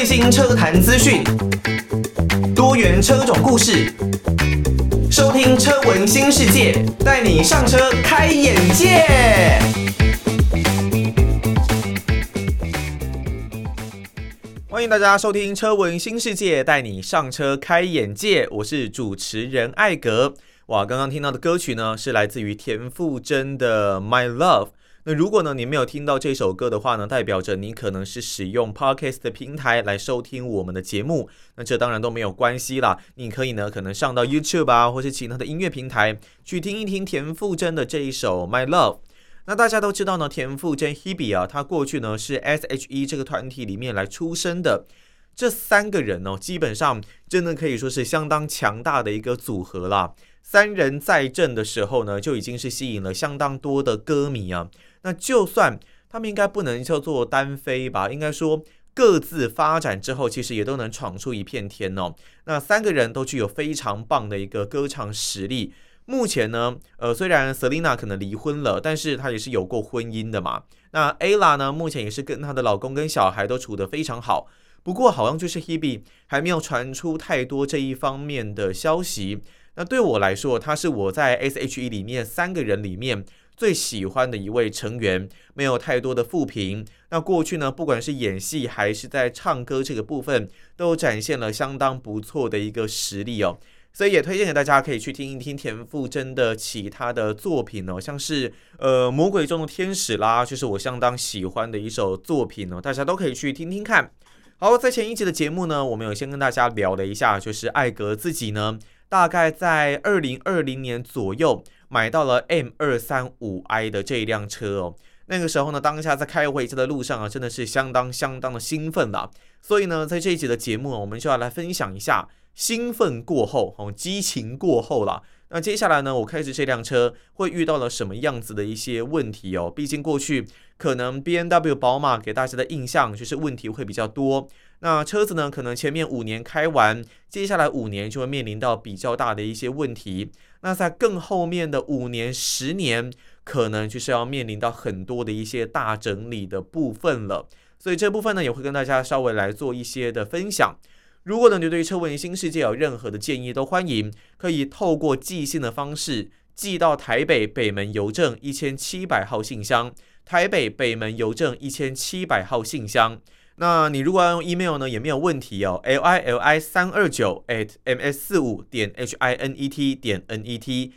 新车坛资讯，多元车种故事，收听车闻新世界，带你上车开眼界。欢迎大家收听车闻新世界，带你上车开眼界。我是主持人艾格。哇，刚刚听到的歌曲呢，是来自于田馥甄的《My Love》。那如果呢你没有听到这首歌的话呢，代表着你可能是使用 Podcast 的平台来收听我们的节目，那这当然都没有关系啦。你可以呢可能上到 YouTube 啊，或是其他的音乐平台去听一听田馥甄的这一首 My Love。那大家都知道呢，田馥甄 Hebe 啊，他过去呢是 S.H.E 这个团体里面来出身的。这三个人哦，基本上真的可以说是相当强大的一个组合啦。三人在阵的时候呢，就已经是吸引了相当多的歌迷啊。那就算他们应该不能叫做单飞吧，应该说各自发展之后，其实也都能闯出一片天哦。那三个人都具有非常棒的一个歌唱实力。目前呢，虽然 Selina 可能离婚了，但是她也是有过婚姻的嘛。那 Ella 呢，目前也是跟她的老公跟小孩都处得非常好。不过好像就是 Hebe 还没有传出太多这一方面的消息。那对我来说，她是我在 S.H.E 里面三个人里面最喜欢的一位成员，没有太多的负评。那过去呢，不管是演戏还是在唱歌这个部分，都展现了相当不错的一个实力哦。所以也推荐给大家可以去听一听田馥甄的其他的作品哦，像是魔鬼中的天使啦，就是我相当喜欢的一首作品哦，大家都可以去听听看。好，在前一集的节目呢，我们有先跟大家聊了一下，就是艾格自己呢，大概在2020年左右买到了 M235i 的这一辆车哦。那个时候呢，当下在开回家的路上啊，真的是相当的兴奋啦。所以呢，在这一集的节目，我们就要来分享一下兴奋过后，激情过后啦。那接下来呢，我开始这辆车会遇到了什么样子的一些问题哦？毕竟过去可能 BMW 宝马给大家的印象就是问题会比较多。那车子呢，可能前面5年开完，接下来5年就会面临到比较大的一些问题。那在更后面的5年、10年，可能就是要面临到很多的一些大整理的部分了。所以这部分呢，也会跟大家稍微来做一些的分享。如果呢你对车闻新世界有任何的建议，都欢迎可以透过寄信的方式寄到台北北门邮政1700号信箱，台北北门邮政1700号信箱。那你如果要用 email 呢，也没有问题哦 lili329@ms45.hinet.net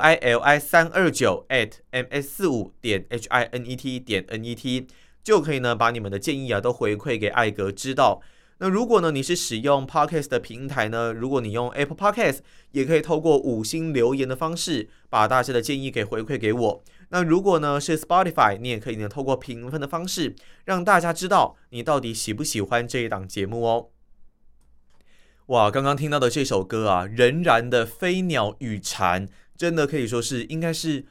lili329@ms45.hinet.net 就可以呢把你们的建议啊都回馈给艾格知道。那如果呢你是使用 Podcast 的平台呢，如果你用 Apple Podcast， 也可以透过5星留言的方式把大家的建议给回馈给我。那如果呢是 Spotify， 你也可以呢透过评分的方式让大家知道你到底喜不喜欢这一档节目哦。哇，刚刚听到的这首歌啊，仍然的飞鸟与蝉，真的可以说是应该是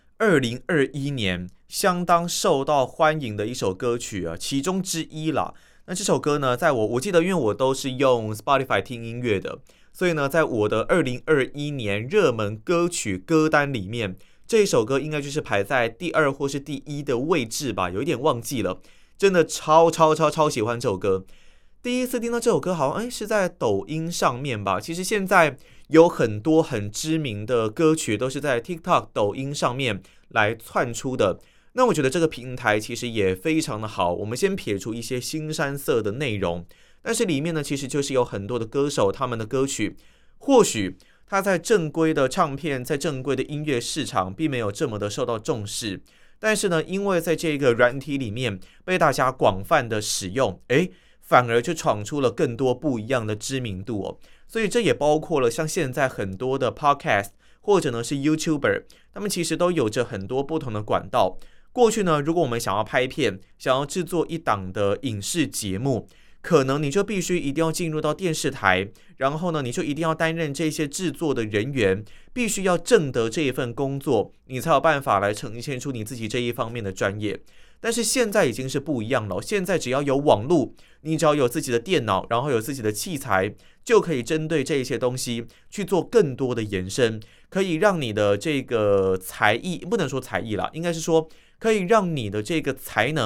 2021年相当受到欢迎的一首歌曲啊，其中之一啦。那这首歌呢，在我记得，因为我都是用 Spotify 听音乐的，所以呢，在我的2021年热门歌曲歌单里面，这一首歌应该就是排在第2或是第1的位置吧，有一点忘记了。真的超喜欢这首歌。第一次听到这首歌，好像是在抖音上面吧。其实现在有很多很知名的歌曲都是在 TikTok 抖音上面来窜出的。那我觉得这个平台其实也非常的好，我们先撇除一些腥膻色的内容，但是里面呢其实就是有很多的歌手，他们的歌曲或许他在正规的唱片，在正规的音乐市场并没有这么的受到重视，但是呢因为在这个软体里面被大家广泛的使用，反而就闯出了更多不一样的知名度哦。所以这也包括了像现在很多的 podcast 或者呢是 YouTuber， 他们其实都有着很多不同的管道。过去呢，如果我们想要拍片，想要制作一档的影视节目，可能你就必须一定要进入到电视台，然后呢，你就一定要担任这些制作的人员，必须要挣得这一份工作，你才有办法来呈现出你自己这一方面的专业。但是现在已经是不一样了，现在只要有网络，你只要有自己的电脑，然后有自己的器材，就可以针对这些东西去做更多的延伸，可以让你的这个才艺，不能说才艺啦，应该是说可以让你的这个才能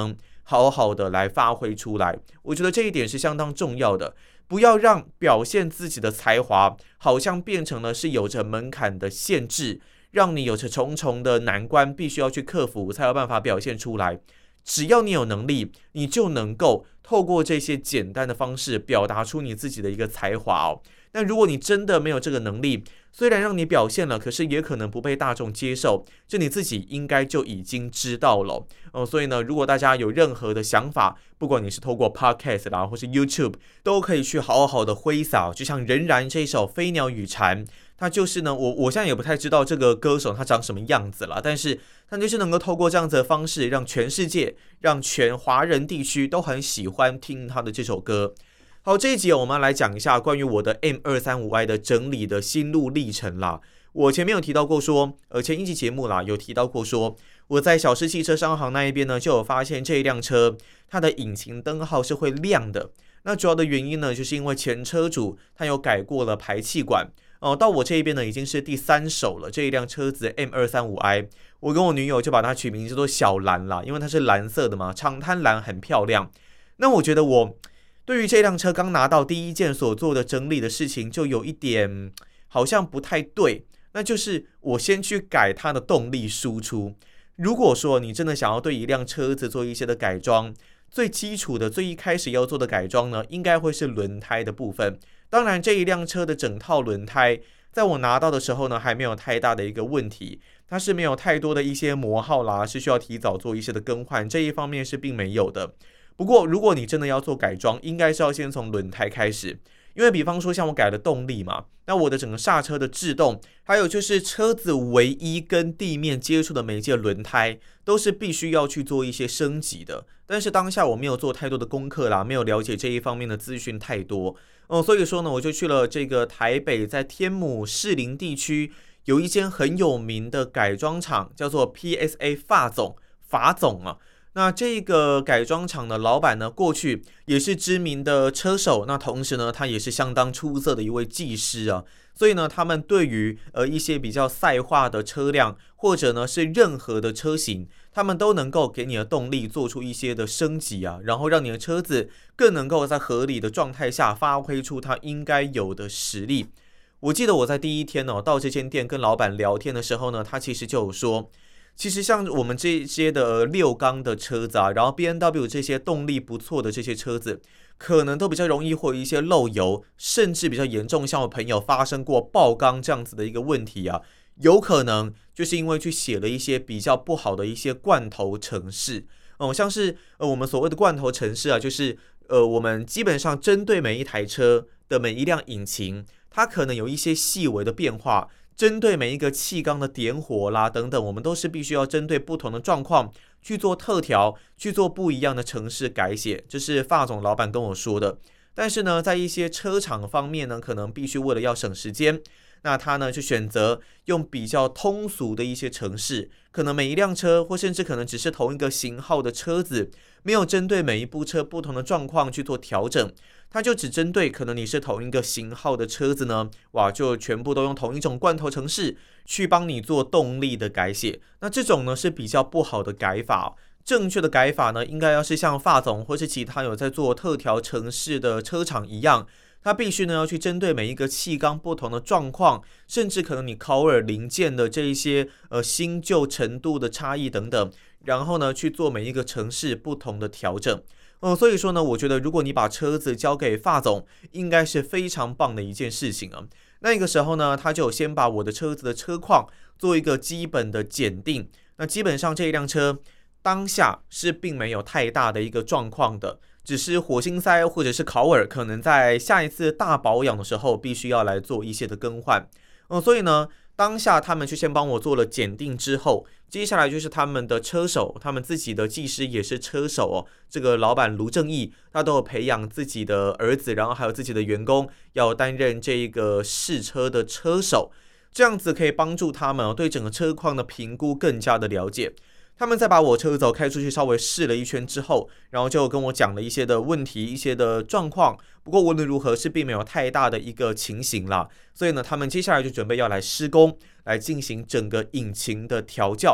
好好的来发挥出来。我觉得这一点是相当重要的，不要让表现自己的才华好像变成了是有着门槛的限制，让你有着重重的难关必须要去克服才有办法表现出来。只要你有能力，你就能够透过这些简单的方式表达出你自己的一个才华哦。那如果你真的没有这个能力，虽然让你表现了，可是也可能不被大众接受，这你自己应该就已经知道了所以呢，如果大家有任何的想法，不管你是透过 Podcast 啦，或是 YouTube， 都可以去好好的挥洒。就像仍然这一首《飞鸟与蝉》，它就是呢，我现在也不太知道这个歌手他长什么样子了，但是他就是能够透过这样子的方式，让全世界，让全华人地区都很喜欢听他的这首歌。好，这一集我们来讲一下关于我的 M235i 的整理的心路历程啦。我前面有提到过说，前一集节目啦有提到过说，我在小狮汽车商行那一边呢，就有发现这一辆车它的引擎灯号是会亮的。那主要的原因呢，就是因为前车主他有改过了排气管到我这一边呢已经是第3手了。这一辆车子 M235i， 我跟我女友就把它取名叫做小蓝啦，因为它是蓝色的嘛，长滩蓝，很漂亮。那我觉得我对于这辆车刚拿到第一件所做的整理的事情，就有一点好像不太对，那就是我先去改它的动力输出。如果说你真的想要对一辆车子做一些的改装，最基础的最一开始要做的改装呢，应该会是轮胎的部分。当然这一辆车的整套轮胎在我拿到的时候呢，还没有太大的一个问题，它是没有太多的一些磨耗啦，是需要提早做一些的更换，这一方面是并没有的。不过如果你真的要做改装，应该是要先从轮胎开始，因为比方说像我改了动力嘛，那我的整个刹车的制动，还有就是车子唯一跟地面接触的每一节轮胎，都是必须要去做一些升级的。但是当下我没有做太多的功课啦，没有了解这一方面的资讯太多所以说呢，我就去了这个台北，在天母士林地区有一间很有名的改装厂，叫做 PSA 法总那这个改装厂的老板呢，过去也是知名的车手，那同时呢，他也是相当出色的一位技师所以呢，他们对于一些比较赛化的车辆，或者呢是任何的车型，他们都能够给你的动力做出一些的升级然后让你的车子更能够在合理的状态下发挥出它应该有的实力。我记得我在第一天到这间店跟老板聊天的时候呢，他其实就有说，其实像我们这些的6缸的车子然后 BMW 这些动力不错的这些车子，可能都比较容易会有一些漏油，甚至比较严重，像我朋友发生过爆缸这样子的一个问题有可能就是因为去写了一些比较不好的一些罐头程式像是我们所谓的罐头程式就是我们基本上针对每一台车的每一辆引擎，它可能有一些细微的变化，针对每一个气缸的点火啦等等，我们都是必须要针对不同的状况去做特调，去做不一样的程式改写，这是法总老板跟我说的。但是呢，在一些车厂方面呢，可能必须为了要省时间，那他呢就选择用比较通俗的一些程式，可能每一辆车或甚至可能只是同一个型号的车子，没有针对每一部车不同的状况去做调整，它就只针对可能你是同一个型号的车子呢，就全部都用同一种罐头程式去帮你做动力的改写。那这种呢是比较不好的改法正确的改法呢，应该要是像法总或是其他有在做特调程式的车厂一样，它必须呢要去针对每一个气缸不同的状况，甚至可能你考尔零件的这一些新旧程度的差异等等，然后呢去做每一个程式不同的调整。所以说呢，我觉得如果你把车子交给法总，应该是非常棒的一件事情那个时候呢，他就先把我的车子的车况做一个基本的检定。那基本上这一辆车当下是并没有太大的一个状况的，只是火星塞或者是考尔可能在下一次大保养的时候必须要来做一些的更换所以呢，当下他们就先帮我做了检定之后，接下来就是他们的车手，他们自己的技师也是车手这个老板卢正义，他都有培养自己的儿子，然后还有自己的员工要担任这个试车的车手，这样子可以帮助他们对整个车况的评估更加的了解。他们在把我车子开出去稍微试了一圈之后，然后就跟我讲了一些的问题，一些的状况，不过无论如何是并没有太大的一个情形啦。所以呢，他们接下来就准备要来施工，来进行整个引擎的调教。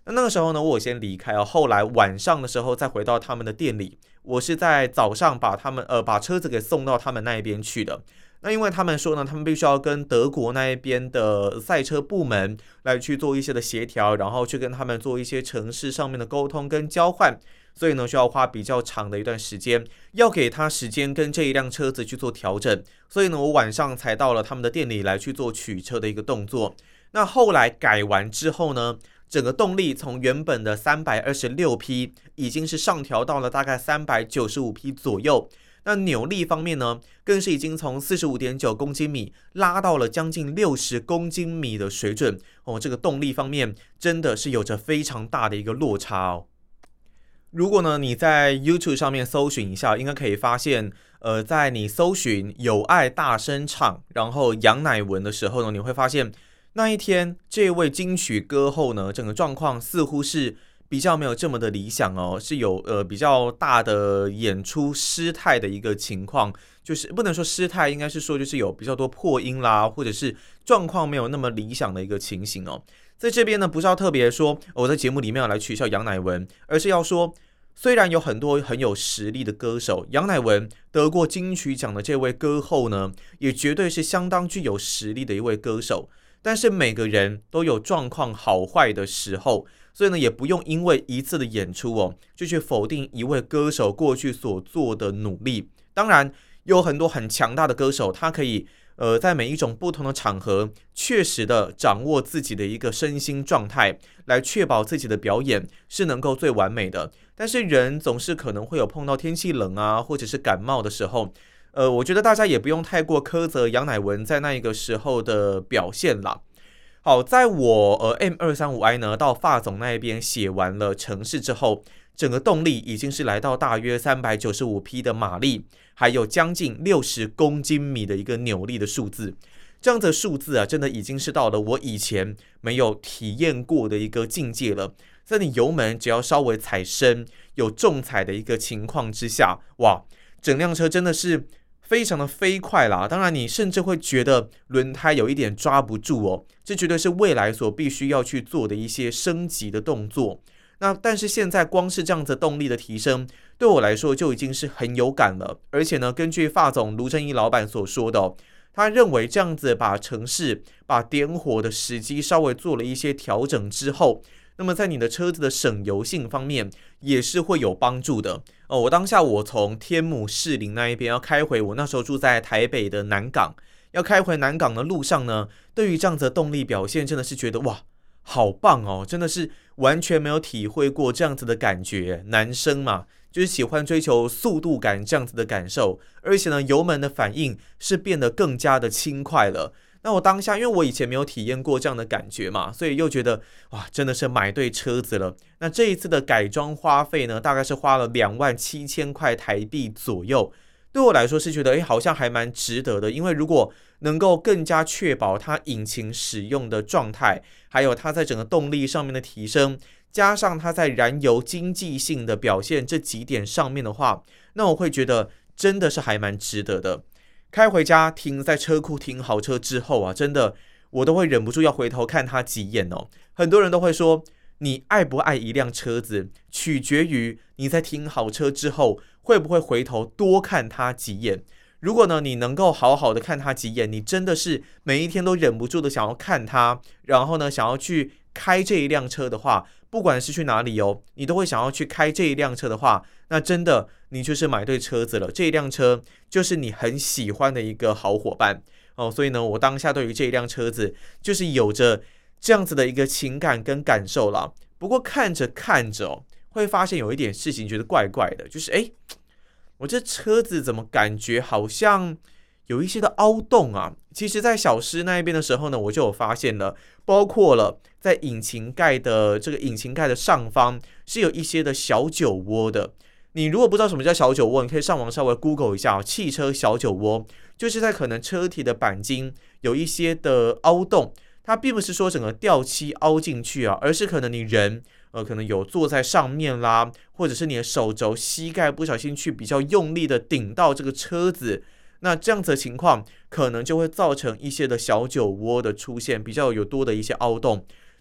那个时候呢，我先离开后来晚上的时候再回到他们的店里，我是在早上把车子给送到他们那一边去的。那因为他们说呢，他们必须要跟德国那一边的赛车部门来去做一些的协调，然后去跟他们做一些城市上面的沟通跟交换，所以呢需要花比较长的一段时间，要给他时间跟这一辆车子去做调整。所以呢，我晚上才到了他们的店里来去做取车的一个动作。那后来改完之后呢，整个动力从原本的326匹已经是上调到了大概395匹左右。那扭力方面呢，更是已经从45.9公斤米拉到了将近60公斤米的水准这个动力方面真的是有着非常大的一个落差如果呢你在 YouTube 上面搜寻一下，应该可以发现，在你搜寻友爱大声唱，然后杨乃文的时候呢，你会发现那一天这位金曲歌后呢，整个状况似乎是比较没有这么的理想是有比较大的演出失态的一个情况，就是不能说失态，应该是说就是有比较多破音啦，或者是状况没有那么理想的一个情形在这边呢，不是要特别说我在节目里面要来取笑杨乃文，而是要说，虽然有很多很有实力的歌手，杨乃文得过金曲奖的这位歌后呢，也绝对是相当具有实力的一位歌手，但是每个人都有状况好坏的时候。所以呢，也不用因为一次的演出就去否定一位歌手过去所做的努力。当然，有很多很强大的歌手，他可以在每一种不同的场合，确实的掌握自己的一个身心状态，来确保自己的表演是能够最完美的。但是人总是可能会有碰到天气冷啊，或者是感冒的时候，我觉得大家也不用太过苛责杨乃文在那一个时候的表现啦。好，在我M235i 呢到法总那一边写完了程式之后，整个动力已经是来到大约395匹的马力，还有将近60公斤米的一个扭力的数字。这样子的数字啊，真的已经是到了我以前没有体验过的一个境界了。在你油门只要稍微踩深，有重踩的一个情况之下，哇，整辆车真的是非常的飞快啦，当然你甚至会觉得轮胎有一点抓不住这绝对是未来所必须要去做的一些升级的动作。那但是现在光是这样子动力的提升，对我来说就已经是很有感了。而且呢，根据法总卢正义老板所说的他认为这样子把程式把点火的时机稍微做了一些调整之后，那么在你的车子的省油性方面也是会有帮助的我当下我从天母士林那一边要开回我那时候住在台北的南港，要开回南港的路上呢，对于这样子的动力表现真的是觉得哇好棒真的是完全没有体会过这样子的感觉。男生嘛，就是喜欢追求速度感这样子的感受，而且呢油门的反应是变得更加的轻快了。那我当下因为我以前没有体验过这样的感觉嘛，所以又觉得哇真的是买对车子了。那这一次的改装花费呢，大概是花了27000块台币左右，对我来说是觉得好像还蛮值得的。因为如果能够更加确保它引擎使用的状态，还有它在整个动力上面的提升，加上它在燃油经济性的表现这几点上面的话，那我会觉得真的是还蛮值得的。开回家停在车库停好车之后啊，真的我都会忍不住要回头看它几眼很多人都会说，你爱不爱一辆车子取决于你在停好车之后会不会回头多看它几眼。如果呢你能够好好的看它几眼，你真的是每一天都忍不住的想要看它，然后呢想要去开这一辆车的话，不管是去哪里你都会想要去开这一辆车的话，那真的你就是买对车子了。这一辆车就是你很喜欢的一个好伙伴所以呢我当下对于这一辆车子就是有着这样子的一个情感跟感受啦。不过看着看着会发现有一点事情觉得怪怪的，就是我这车子怎么感觉好像有一些的凹洞啊。其实在小狮那一边的时候呢，我就有发现了，包括了在引擎盖的上方是有一些的小酒窝的。你如果不知道什么叫小酒窝，你可以上网稍微 Google 一下汽车小酒窝，就是在可能车体的钣金有一些的凹洞，它并不是说整个掉漆凹进去而是可能你人可能有坐在上面啦，或者是你的手肘膝盖不小心去比较用力的顶到这个车子，那这样子的情况可能就会造成一些的小酒窝的出现，比较有多的一些凹洞。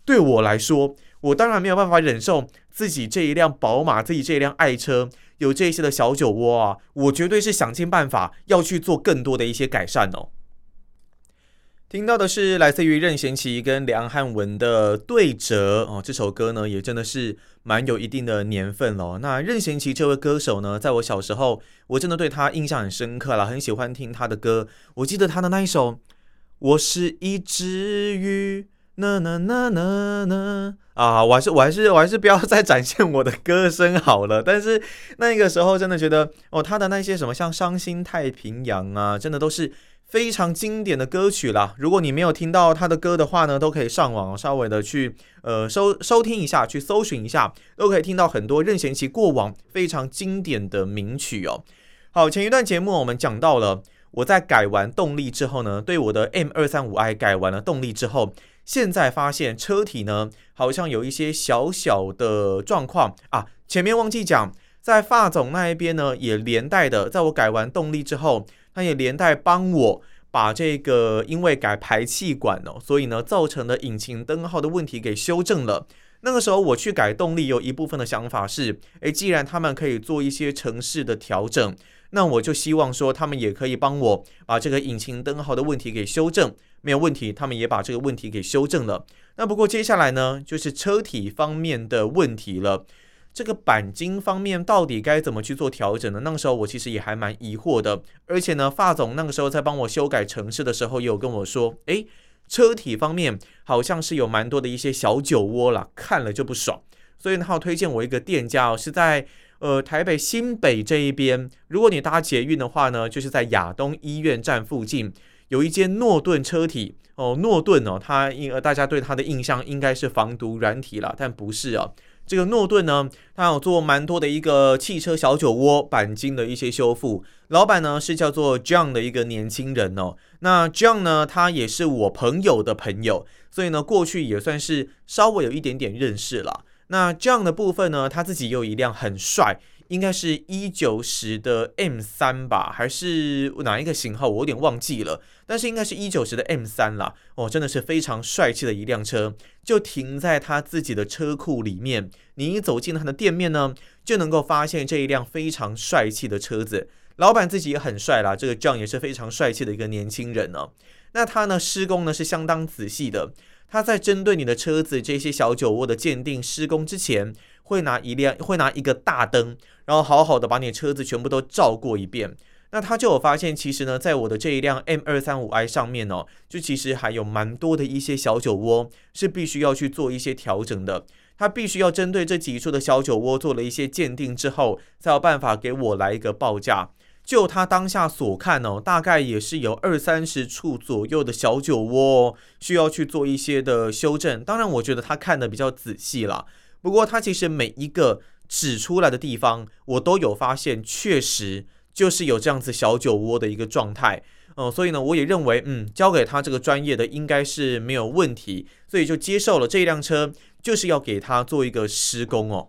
对我来说，我当然没有办法忍受自己这一辆宝马，自己这一辆爱车有这些的小酒窝啊，我绝对是想尽办法要去做更多的一些改善哦。听到的是来自于任贤齐跟梁汉文的对折哦，这首歌呢也真的是蛮有一定的年份了。那任贤齐这位歌手呢，在我小时候，我真的对他印象很深刻啦，很喜欢听他的歌。我记得他的那一首《我是一只鱼》，呐呐呐呐呐啊，我还是不要再展现我的歌声好了。但是那个时候真的觉得哦，他的那些什么像《伤心太平洋》啊，真的都是非常经典的歌曲啦。如果你没有听到他的歌的话呢，都可以上网稍微的去收听一下，去搜寻一下，都可以听到很多任贤齐过往非常经典的名曲哦。好，前一段节目我们讲到了，我在改完动力之后呢，对我的 M235i 改完了动力之后，现在发现车体呢好像有一些小小的状况啊。前面忘记讲，在发总那一边呢，也连带的，在我改完动力之后，他也连带帮我把这个因为改排气管哦，所以呢造成的引擎灯号的问题给修正了。那个时候我去改动力，有一部分的想法是，既然他们可以做一些程式的调整，那我就希望说他们也可以帮我把这个引擎灯号的问题给修正。没有问题，他们也把这个问题给修正了。那不过接下来呢，就是车体方面的问题了。这个钣金方面到底该怎么去做调整呢？那个时候我其实也还蛮疑惑的，而且呢，发总那个时候在帮我修改程式的时候，也有跟我说，车体方面好像是有蛮多的一些小酒窝啦，看了就不爽。所以呢，他有推荐我一个店家是在台北新北这一边。如果你搭捷运的话呢，就是在亚东医院站附近有一间诺顿车体哦。诺顿哦，大家对他的印象应该是防毒软体啦，但不是啊。这个诺顿呢，他有做蛮多的一个汽车小酒窝钣金的一些修复。老板呢是叫做 John 的一个年轻人哦。那 John 呢，他也是我朋友的朋友，所以呢，过去也算是稍微有一点点认识啦。那 John 的部分呢，他自己有一辆很帅，应该是190的 M3 吧，还是哪一个型号我有点忘记了，但是应该是190的 M3 啦。哦，真的是非常帅气的一辆车，就停在他自己的车库里面。你一走进他的店面呢，就能够发现这一辆非常帅气的车子。老板自己也很帅啦，这个 John 也是非常帅气的一个年轻人哦。那他呢，施工呢是相当仔细的。他在针对你的车子这些小酒窝的鉴定施工之前，会拿一个大灯，然后好好的把你的车子全部都照过一遍。那他就有发现，其实呢，在我的这一辆 M235i 上面哦，就其实还有蛮多的一些小酒窝是必须要去做一些调整的。他必须要针对这几处的小酒窝做了一些鉴定之后，才有办法给我来一个报价。就他当下所看哦，大概也是有20-30处左右的小酒窝需要去做一些的修正。当然，我觉得他看得比较仔细啦。不过他其实每一个指出来的地方，我都有发现，确实就是有这样子小酒窝的一个状态。所以呢，我也认为，交给他这个专业的应该是没有问题，所以就接受了这一辆车，就是要给他做一个施工哦。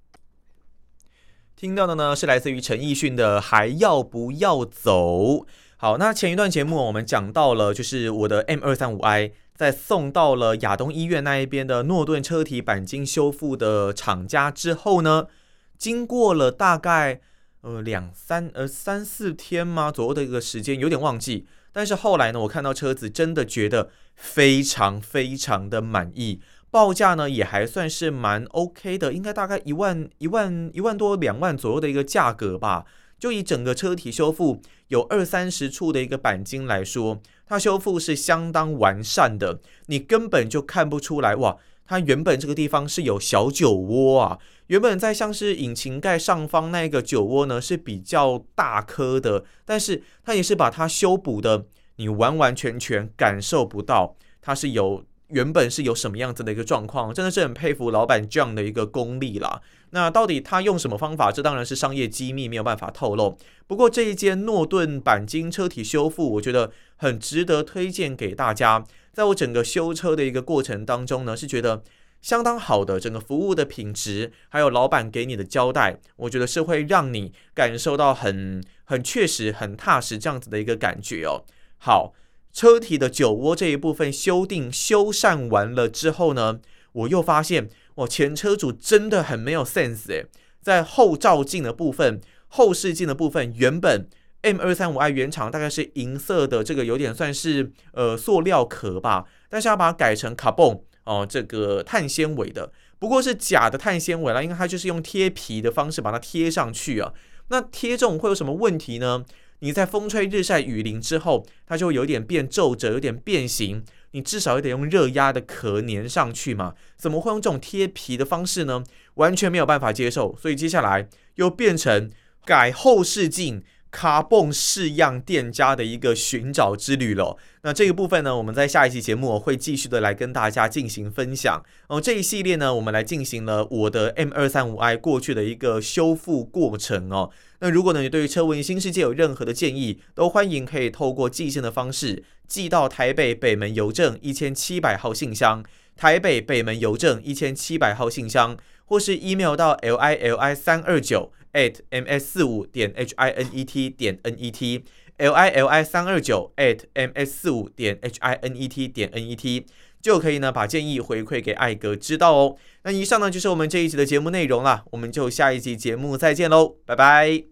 听到的呢是来自于陈奕迅的《还要不要走》。好，那前一段节目我们讲到了，就是我的 M235i 在送到了亚东医院那一边的诺顿车体钣金修复的厂家之后呢，经过了大概3-4天吗左右的一个时间，有点忘记。但是后来呢，我看到车子真的觉得非常非常的满意。报价呢也还算是蛮 OK 的，应该大概1万多2万左右的一个价格吧。就以整个车体修复有20-30处的一个钣金来说，它修复是相当完善的，你根本就看不出来哇，它原本这个地方是有小酒窝啊。原本在像是引擎盖上方那个酒窝呢是比较大颗的，但是它也是把它修补的，你完完全全感受不到它是原本是有什么样子的一个状况。真的是很佩服老板 John 的一个功力啦。那到底他用什么方法，这当然是商业机密，没有办法透露。不过这一间诺顿钣金车体修复，我觉得很值得推荐给大家。在我整个修车的一个过程当中呢，是觉得相当好的，整个服务的品质，还有老板给你的交代，我觉得是会让你感受到很确实、很踏实这样子的一个感觉哦。好，车体的酒窝这一部分修缮修缮完了之后呢， 我又发现前车主真的很没有 sense 在后照镜的部分、后视镜的部分，原本 M235i 原厂大概是银色的，这个有点算是塑料壳吧，但是要把它改成 carbon 这个碳纤维的，不过是假的碳纤维啦，因为它就是用贴皮的方式把它贴上去啊。那贴这种会有什么问题呢？你在风吹日晒雨淋之后，它就会有点变皱褶，有点变形，你至少也得用热压的壳粘上去嘛，怎么会用这种贴皮的方式呢？完全没有办法接受，所以接下来又变成改后视镜卡泵式样店家的一个寻找之旅了。那这个部分呢，我们在下一期节目会继续的来跟大家进行分享。这一系列呢，我们来进行了我的 M235i 过去的一个修复过程哦。那如果呢，你对于车文新世界有任何的建议，都欢迎可以透过寄信的方式寄到台北北门邮政1700号信箱，台北北门邮政1700号信箱，或是 email 到 lili329@ms45.hinet.net lili329@ms45.hinet.net 就可以呢把建议回馈给艾格知道哦。那以上呢就是我们这一集的节目内容啦，我们就下一集节目再见喽，拜拜。